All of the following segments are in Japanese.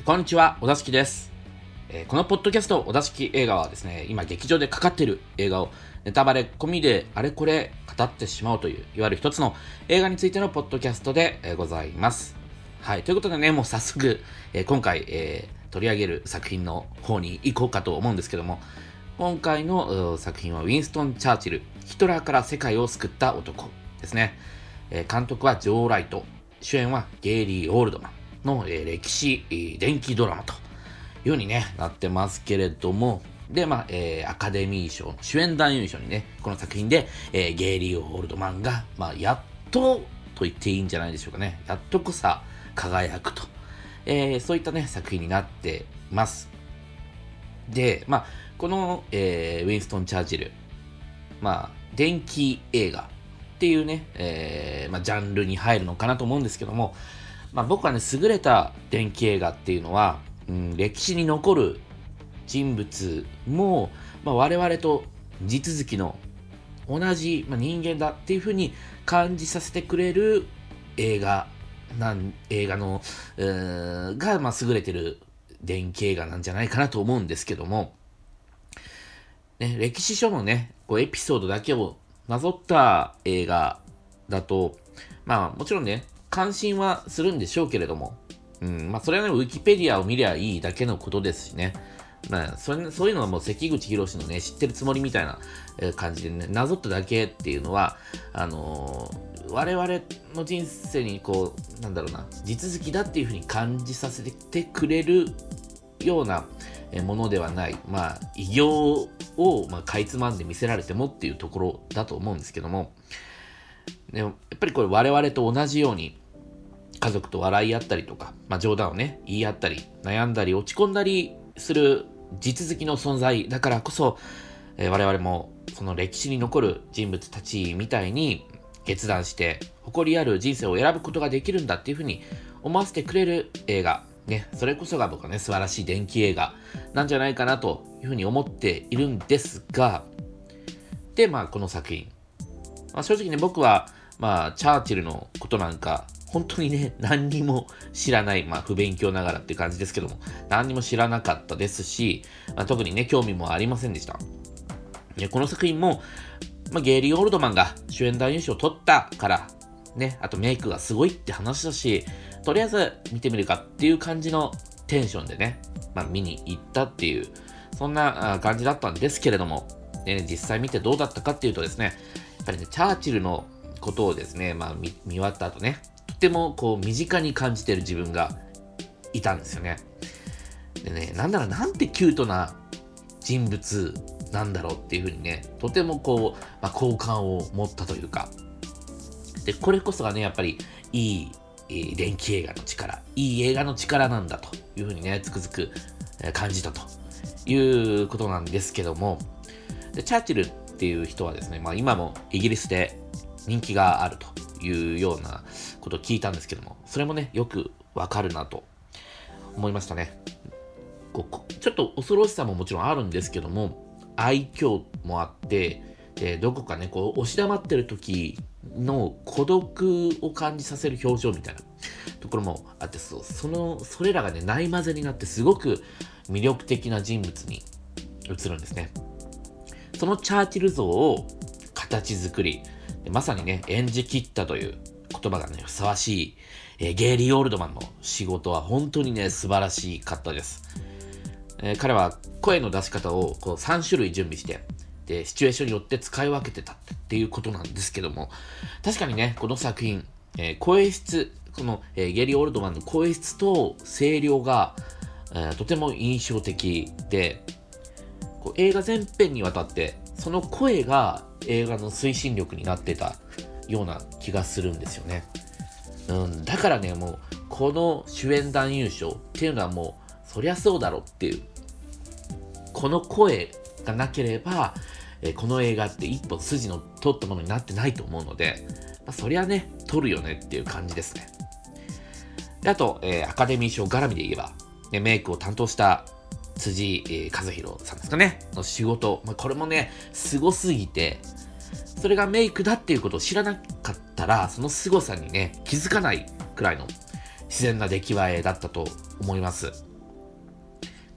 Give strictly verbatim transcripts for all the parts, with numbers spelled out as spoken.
こんにちは、小田敷です。えーこのポッドキャスト、小田敷映画はですね、今劇場でかかっている映画をネタバレ込みであれこれ語ってしまうという、いわゆる一つの映画についてのポッドキャストで、えーございます。はい、ということでね、もう早速、えー今回、えー取り上げる作品の方に行こうかと思うんですけども、今回のうー作品はウィンストン・チャーチル、ヒトラーから世界を救った男ですね。えー監督はジョー・ライト、主演はゲイリー・オールドマンの、えー歴史、えー伝記ドラマというように、ね、なってますけれども、で、まあ、えーアカデミー賞、主演男優賞にね、この作品で、えーゲイリー・オールドマンが、まあ、やっとと言っていいんじゃないでしょうかね。やっとこさ輝くと、えーそういったね、作品になっています。で、まあ、この、えーウィンストン・チャーチル、まあ、電気映画っていうね、えーまあ、ジャンルに入るのかなと思うんですけども、まあ、僕はね、優れた電気映画っていうのは、うん、歴史に残る人物も、まあ、我々と地続きの同じ、まあ、人間だっていう風に感じさせてくれる映画なん映画のうーが、まあ、優れてる電気映画なんじゃないかなと思うんですけども、ね、歴史書のねこうエピソードだけをなぞった映画だと、まあもちろんね関心はするんでしょうけれども、うんまあそれはねウィキペディアを見りゃいいだけのことですしね、まあそれそういうのはもう関口宏のね知ってるつもりみたいなえー感じでねなぞっただけっていうのはあのー我々の人生にこうなんだろうな地続きだっていう風に感じさせてくれるようなものではない、まあ、偉業を、まあ、かいつまんで見せられてもっていうところだと思うんですけども、でもやっぱりこれ我々と同じように家族と笑い合ったりとか、まあ、冗談をね言い合ったり悩んだり落ち込んだりする地続きの存在だからこそ、えー我々もその歴史に残る人物たちみたいに決断して誇りある人生を選ぶことができるんだっていうふうに思わせてくれる映画ね、それこそが僕はね素晴らしい電気映画なんじゃないかなというふうに思っているんですが、でまあこの作品、まあ、正直ね僕はまあチャーチルのことなんか本当にね何にも知らない、まあ不勉強ながらっていう感じですけども、何にも知らなかったですし、まあ、特にね興味もありませんでした。でこの作品も、まあ、ゲイリー・オールドマンが主演男優賞を取ったからね、あとメイクがすごいって話だし、とりあえず見てみるかっていう感じのテンションでね、まあ、見に行ったっていうそんな感じだったんですけれども、ね、実際見てどうだったかっていうとですね、やっぱりねチャーチルのことをですね、まあ、見見終わった後ね、とてもこう身近に感じてる自分がいたんですよね。でね、なんだろう、なんてキュートな人物なんだろうっていうふうにね、とてもこう、まあ、好感を持ったというか、でこれこそがねやっぱりいい、えー電気映画の力、いい映画の力なんだというふうにねつくづく、えー感じたということなんですけども、でチャーチルっていう人はですね、まあ、今もイギリスで人気があるというようなことを聞いたんですけども、それもねよくわかるなと思いましたね。こうちょっと恐ろしさももちろんあるんですけども、愛嬌もあって、でどこかねこう押し黙ってる時の孤独を感じさせる表情みたいなところもあって、そそのそれらがねないまぜになってすごく魅力的な人物に映るんですね。そのチャーチル像を形作り、まさにね演じきったという言葉がねふさわしい、えーゲイリー・オールドマンの仕事は本当にね素晴らしかったです。えー彼は声の出し方をこうさん種類準備して、でシチュエーションによって使い分けてたっていうことなんですけども、確かにねこの作品、えー声質、この、えーゲイリー・オールドマンの声質と声量が、えーとても印象的で、こう映画全編にわたってその声が映画の推進力になってたような気がするんですよね。うん、だからねもうこの主演男優賞っていうのはもうそりゃそうだろっていう、この声がなければ、えーこの映画って一本筋の通ったものになってないと思うので、まあ、そりゃね撮るよねっていう感じですね。であと、えーアカデミー賞絡みで言えば、ね、メイクを担当した辻、えー和弘さんですかねの仕事、まあ、これもねすごすぎて、それがメイクだっていうことを知らなかったらその凄さにね気づかないくらいの自然な出来栄えだったと思います。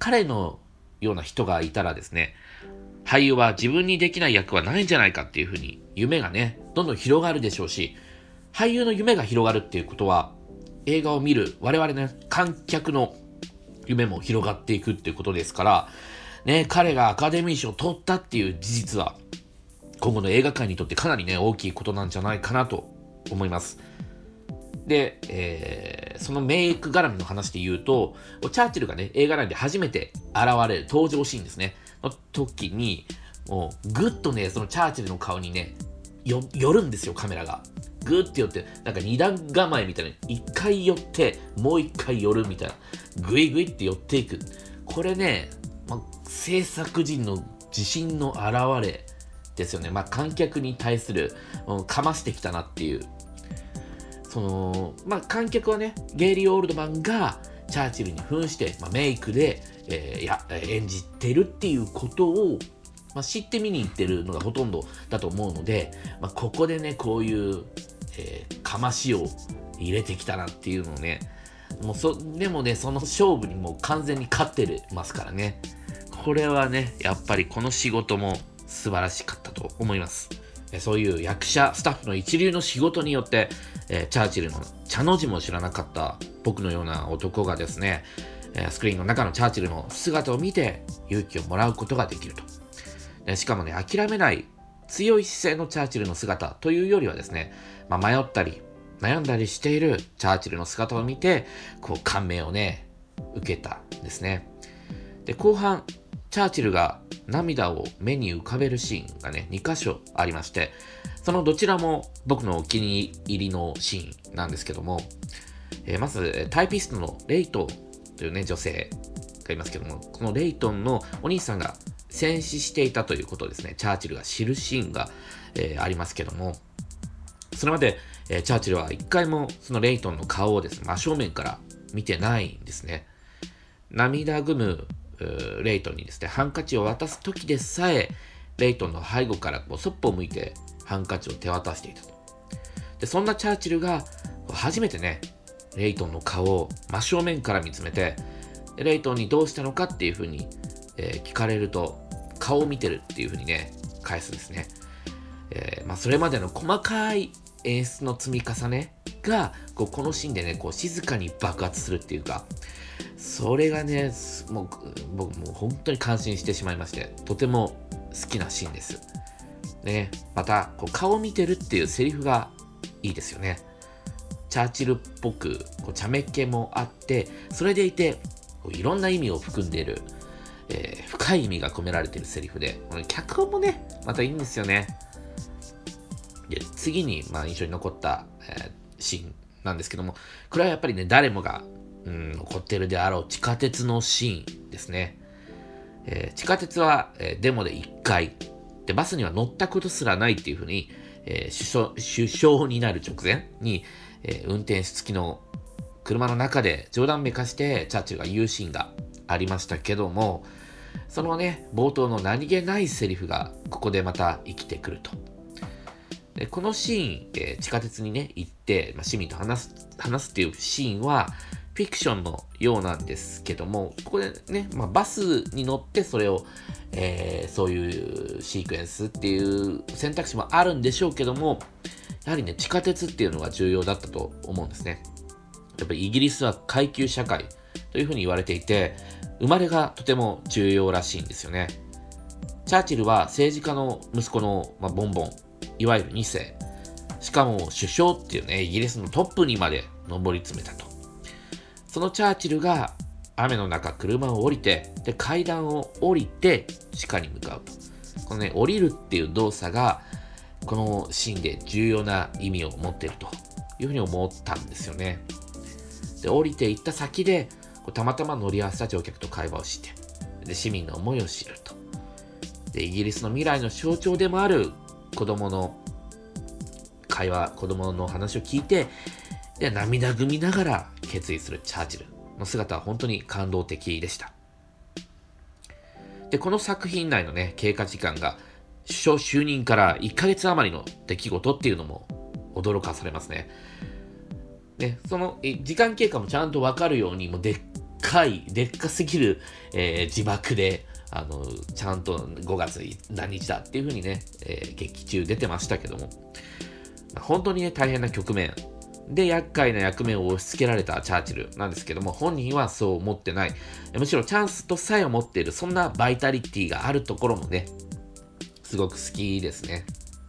彼のような人がいたらですね、俳優は自分にできない役はないんじゃないかっていうふうに夢がね、どんどん広がるでしょうし、俳優の夢が広がるっていうことは、映画を見る我々ね、観客の夢も広がっていくっていうことですから、ね、彼がアカデミー賞を取ったっていう事実は、今後の映画界にとってかなりね、大きいことなんじゃないかなと思います。で、えー、そのメイク絡みの話で言うと、チャーチルがね、映画内で初めて現れる登場シーンですね、の時に、もう、ぐっとね、そのチャーチルの顔にね、よ、寄るんですよ、カメラが。ぐーって寄って、なんか二段構えみたいな、一回寄って、もう一回寄るみたいな、ぐいぐいって寄っていく。これね、まあ、制作陣の自信の表れですよね。まあ、観客に対する、うん、かましてきたなっていう。その、まあ、観客はね、ゲイリー・オールドマンがチャーチルに扮して、まあ、メイクで、えー、や演じてるっていうことを、まあ、知って見に行ってるのがほとんどだと思うので、まあ、ここでね、こういう、えー、かましを入れてきたなっていうのをね、もうそでもね、その勝負にもう完全に勝ってますからね。これはね、やっぱりこの仕事も素晴らしかったと思います。そういう役者、スタッフの一流の仕事によって、えー、チャーチルの茶の字も知らなかった僕のような男がですね、えー、スクリーンの中のチャーチルの姿を見て勇気をもらうことができると。でしかもね、諦めない強い姿勢のチャーチルの姿というよりはですね、まあ、迷ったり悩んだりしているチャーチルの姿を見て、こう感銘をね、受けたんですね。で、後半、チャーチルが涙を目に浮かべるシーンがね、にかしょありまして、そのどちらも僕のお気に入りのシーンなんですけども、えー、まず、タイピストのレイトンというね、女性がいますけども、このレイトンのお兄さんが戦死していたということをですね、チャーチルが知るシーンが、えー、ありますけども、それまで、えー、チャーチルは一回もそのレイトンの顔をですね、真正面から見てないんですね。涙ぐむレイトンにですね、ハンカチを渡す時でさえ、レイトンの背後からこうそっぽを向いてハンカチを手渡していたと。で、そんなチャーチルが初めてね、レイトンの顔を真正面から見つめて、レイトンにどうしたのかっていうふうに、えー、聞かれると、顔を見てるっていうふうにね、返すんですね。えーまあ、それまでの細かい演出の積み重ねがこうこのシーンでね、こう静かに爆発するっていうか、それがね、もう僕もう本当に感心してしまいまして、とても好きなシーンです。ね、またこう顔を見てるっていうセリフがいいですよね。チャーチルっぽくこう茶目っ気もあって、それでいてこういろんな意味を含んでいる、えー、深い意味が込められているセリフで、この脚本もね、またいいんですよね。で、次に、まあ、印象に残った、えー、シーンなんですけども、これはやっぱりね、誰もが、うん、残っているであろう地下鉄のシーンですね。えー、地下鉄は、えー、デモでいっかいで、バスには乗ったことすらないっていう風に、えー、首相、首相になる直前に、えー、運転手付きの車の中で冗談めかしてチャーチルが言うシーンがありましたけども、そのね、冒頭の何気ないセリフがここでまた生きてくると。で、このシーン、えー、地下鉄にね、行って、まあ、市民と話す、話すっていうシーンは、フィクションのようなんですけども、ここでね、まあ、バスに乗ってそれを、えー、そういうシークエンスっていう選択肢もあるんでしょうけども、やはりね、地下鉄っていうのが重要だったと思うんですね。やっぱりイギリスは階級社会というふうに言われていて、生まれがとても重要らしいんですよね。チャーチルは政治家の息子の、まあ、ボンボン、いわゆるに世。しかも首相っていうね、イギリスのトップにまで上り詰めたと。そのチャーチルが雨の中車を降りて、で階段を降りて地下に向かうと。このね、降りるっていう動作がこのシーンで重要な意味を持っているというふうに思ったんですよね。で、降りていった先でこうたまたま乗り合わせた乗客と会話をして、で市民の思いを知ると。で、イギリスの未来の象徴でもある子供の会話、子供の話を聞いて、で涙ぐみながら決意するチャーチルの姿は本当に感動的でした。で、この作品内のね、経過時間が首相就任からいっかげつ余りの出来事っていうのも驚かされますね。で、その時間経過もちゃんと分かるように、もうでっかい、でっかすぎる、えー、字幕で、あの、ちゃんとごがつ何日だっていう風にね、えー、劇中出てましたけども、本当にね、大変な局面で厄介な役目を押し付けられたチャーチルなんですけども、本人はそう思ってない。むしろチャンスとさえ思っている、そんなバイタリティがあるところもね、すごく好きですね。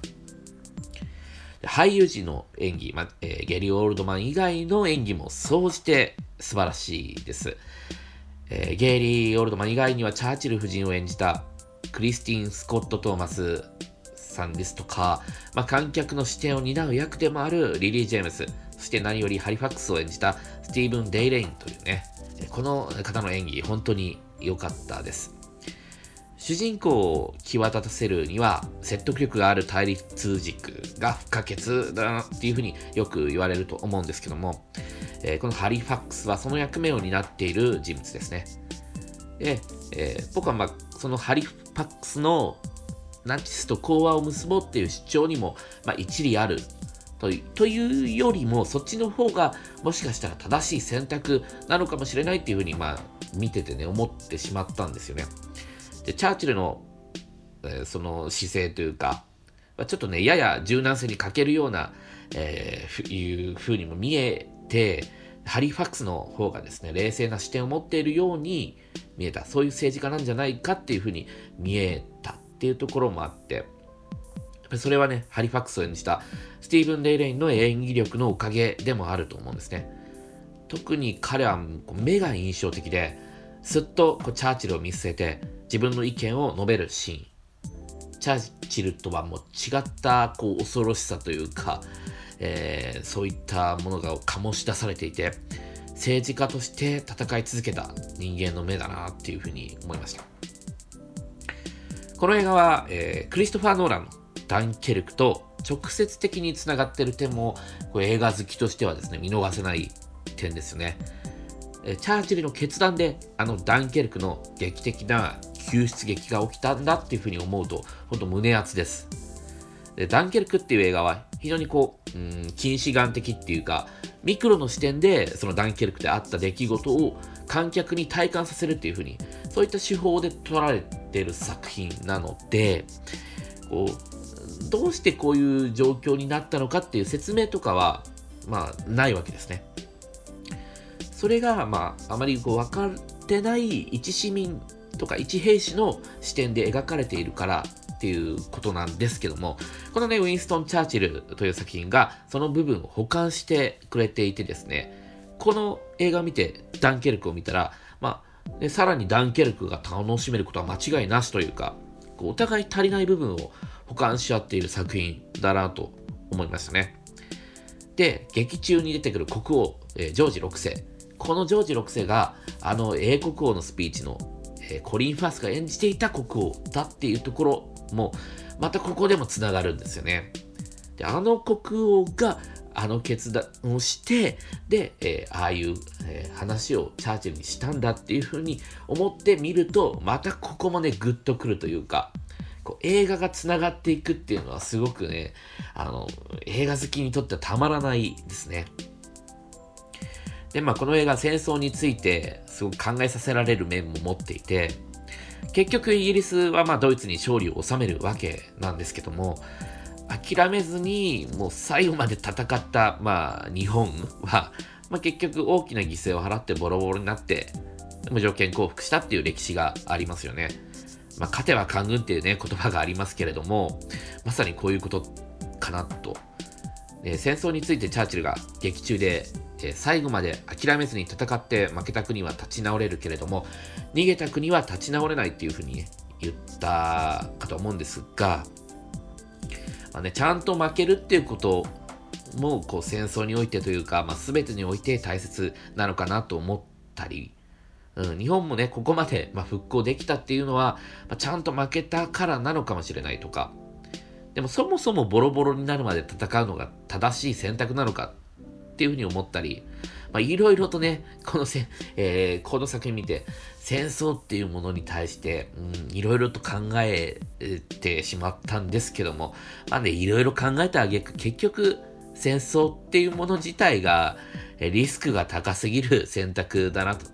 俳優陣の演技、まえー、ゲリー・オールドマン以外の演技も総じて素晴らしいです。えー、ゲリー・オールドマン以外にはチャーチル夫人を演じたクリスティン・スコット・トーマスさんですとか、まあ、観客の視点を担う役でもあるリリー・ジェームス、そして何よりハリファックスを演じたスティーブン・デイレインというね、この方の演技本当に良かったです。主人公を際立たせるには説得力がある対立軸が不可欠だなっていうふうによく言われると思うんですけども、えー、このハリファックスはその役目を担っている人物ですね。で、えー、僕はまあそのハリファックスのナチスと講和を結ぼうっていう主張にも、まあ、一理あるという、というよりもそっちの方がもしかしたら正しい選択なのかもしれないっていうふうにまあ見ててね思ってしまったんですよね。でチャーチルの、えー、その姿勢というかちょっとねやや柔軟性に欠けるような、えー、いう風にも見えて、ハリファックスの方がですね冷静な視点を持っているように見えた、そういう政治家なんじゃないかっていう風に見えたっていうところもあって、それはねハリファックスを演じたスティーブン・デイレインの演技力のおかげでもあると思うんですね。特に彼は目が印象的で、すっとこうチャーチルを見据えて自分の意見を述べるシーン、チャーチルとはもう違ったこう恐ろしさというか、えー、そういったものが醸し出されていて、政治家として戦い続けた人間の目だなっていうふうに思いました。この映画は、えー、クリストファー・ノーランのダンケルクと直接的につながっている点もこれ映画好きとしてはですね見逃せない点ですよね。チャーチルの決断であのダンケルクの劇的な救出劇が起きたんだっていうふうに思うと本当胸熱です。でダンケルクっていう映画は非常にこう、うん、近視眼的っていうかミクロの視点でそのダンケルクであった出来事を観客に体感させるっていうふうにそういった手法で撮られている作品なので、こうどうしてこういう状況になったのかっていう説明とかはまあないわけですね。それがまああまりこう分かってない一市民とか一兵士の視点で描かれているからっていうことなんですけども、このねウィンストン・チャーチルという作品がその部分を補完してくれていてですね、この映画を見てダンケルクを見たら、まあね、さらにダンケルクが楽しめることは間違いなしというか、こうお互い足りない部分を補完し合っている作品だなと思いましたね。で、劇中に出てくる国王、えー、ジョージろくせい、このジョージろくせいがあの英国王のスピーチの、えー、コリン・ファースが演じていた国王だっていうところもまたここでもつながるんですよね。で、あの国王があの決断をしてで、えー、ああいう、えー、話をチャーチルにしたんだっていうふうに思ってみると、またここもねグッとくるというか、こう映画がつながっていくっていうのはすごくね、あの映画好きにとってはたまらないですね。で、まあこの映画戦争についてすごく考えさせられる面も持っていて、結局イギリスはまあドイツに勝利を収めるわけなんですけども、諦めずにもう最後まで戦ったまあ日本は、まあ、結局大きな犠牲を払ってボロボロになって無条件降伏したっていう歴史がありますよね。まあ、勝ては官軍っていうね言葉がありますけれども、まさにこういうことかなと。えー、戦争についてチャーチルが劇中で、えー、最後まで諦めずに戦って負けた国は立ち直れるけれども逃げた国は立ち直れないっていうふうに、ね、言ったかと思うんですが、まあね、ちゃんと負けるっていうこともこう戦争においてというか、まあ、全てにおいて大切なのかなと思ったり、うん、日本もねここまで、まあ、復興できたっていうのは、まあ、ちゃんと負けたからなのかもしれないとか、でもそもそもボロボロになるまで戦うのが正しい選択なのかっていうふうに思ったり、まあいろいろとねこのせ、えー、この作品見て戦争っていうものに対していろいろと考えてしまったんですけども、まあねいろいろ考えた挙句結局戦争っていうもの自体がリスクが高すぎる選択だなと。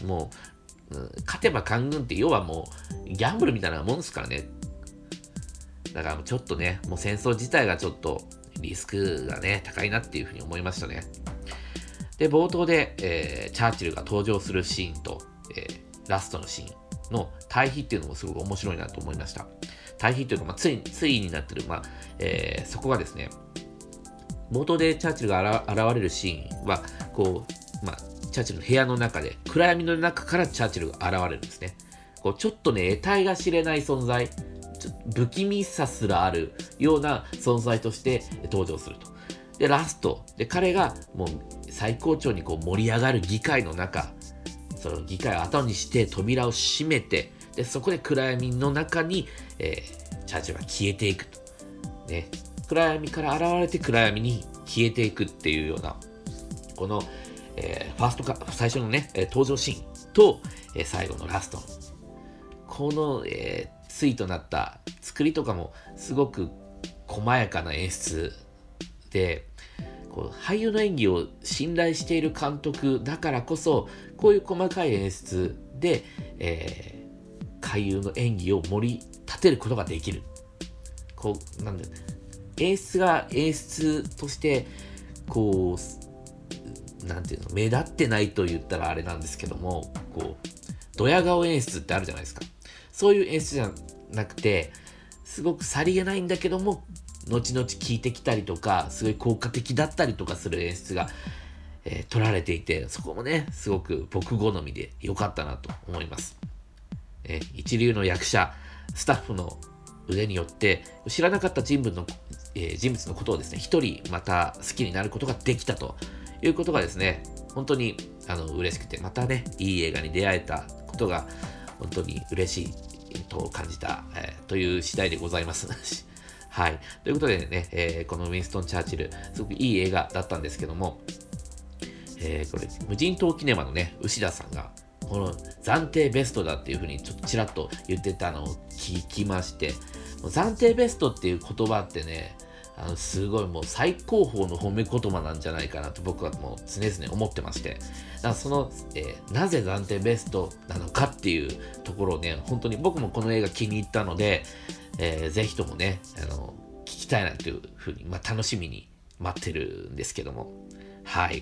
もう、うん、勝てば官軍って要はもうギャンブルみたいなもんですからね。だからちょっとね、もう戦争自体がちょっとリスクがね、高いなっていうふうに思いましたね。で、冒頭で、えー、チャーチルが登場するシーンと、えー、ラストのシーンの対比っていうのもすごく面白いなと思いました。対比というか、まあ、つい、ついになってる、まあ、えー、そこがですね、冒頭でチャーチルが現れるシーンは、こう、まあ、チャーチルの部屋の中で、暗闇の中からチャーチルが現れるんですね。こうちょっとね、得体が知れない存在、ちょ不気味さすらあるような存在として登場すると。で、ラスト。で、彼がもう最高潮にこう盛り上がる議会の中、その議会を後にして扉を閉めて、で、そこで暗闇の中に、えー、チャーチルが消えていくと。ね。暗闇から現れて暗闇に消えていくっていうような、この、えー、ファーストか、最初のね、登場シーンと、えー、最後のラスト。この、えー、対となった作りとかもすごく細やかな演出で、こう俳優の演技を信頼している監督だからこそ、こういう細かい演出で、えー、俳優の演技を盛り立てることができる。こう、なんで、演出が演出として、こう、なんていうの、目立ってないと言ったらあれなんですけども、こう、ドヤ顔演出ってあるじゃないですか。そういう演出じゃなくて、すごくさりげないんだけども、後々効いてきたりとか、すごい効果的だったりとかする演出が、えー、取られていて、そこもね、すごく僕好みで良かったなと思います。えー、一流の役者、スタッフの腕によって、知らなかった人物の、えー、人物のことをですね、一人また好きになることができたということがですね、本当にあの嬉しくて、またね、いい映画に出会えたことが本当に嬉しいと感じた、えー、という次第でございます。はい。ということでね、えー、このウィンストン・チャーチル、すごくいい映画だったんですけども、えー、これ、無人島キネマのね、牛田さんが、この暫定ベストだっていうふうにちょっとちらっと言ってたのを聞きまして、暫定ベストっていう言葉ってね、あのすごいもう最高峰の褒め言葉なんじゃないかなと僕はもう常々思ってまして、だからその、えー、なぜ暫定ベストなのかっていうところをね、本当に僕もこの映画気に入ったので、えー、ぜひともね、あの聞きたいなというふうに、まあ、楽しみに待ってるんですけども、はい。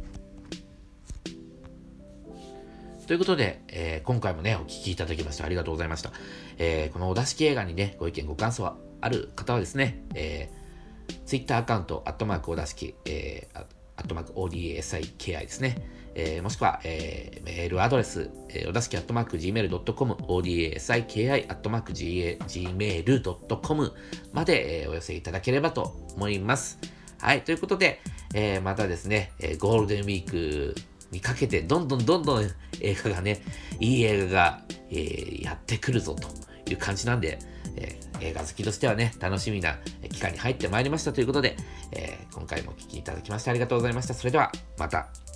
ということで、えー、今回もね、お聞きいただきましてありがとうございました。えー、このお出し系映画にね、ご意見ご感想はある方はですね、えー、Twitter アカウント、アットマークお出しき、えー、アットマーク オーディーエスアイケーアイ ですね。えー、もしくは、えー、メールアドレス、えー、お出しきアットマーク ジーメールドットコム、オーディーエスアイケーアイ アットマーク ジーメールドットコム まで、えー、お寄せいただければと思います。はい、ということで、えー、またですね、えー、ゴールデンウィークにかけてどんどんどんどん映画がね、いい映画が、えー、やってくるぞという感じなんで、えー、映画好きとしてはね、楽しみな期間に入ってまいりましたということで、えー、今回もお聞きいただきましてありがとうございました。それではまた。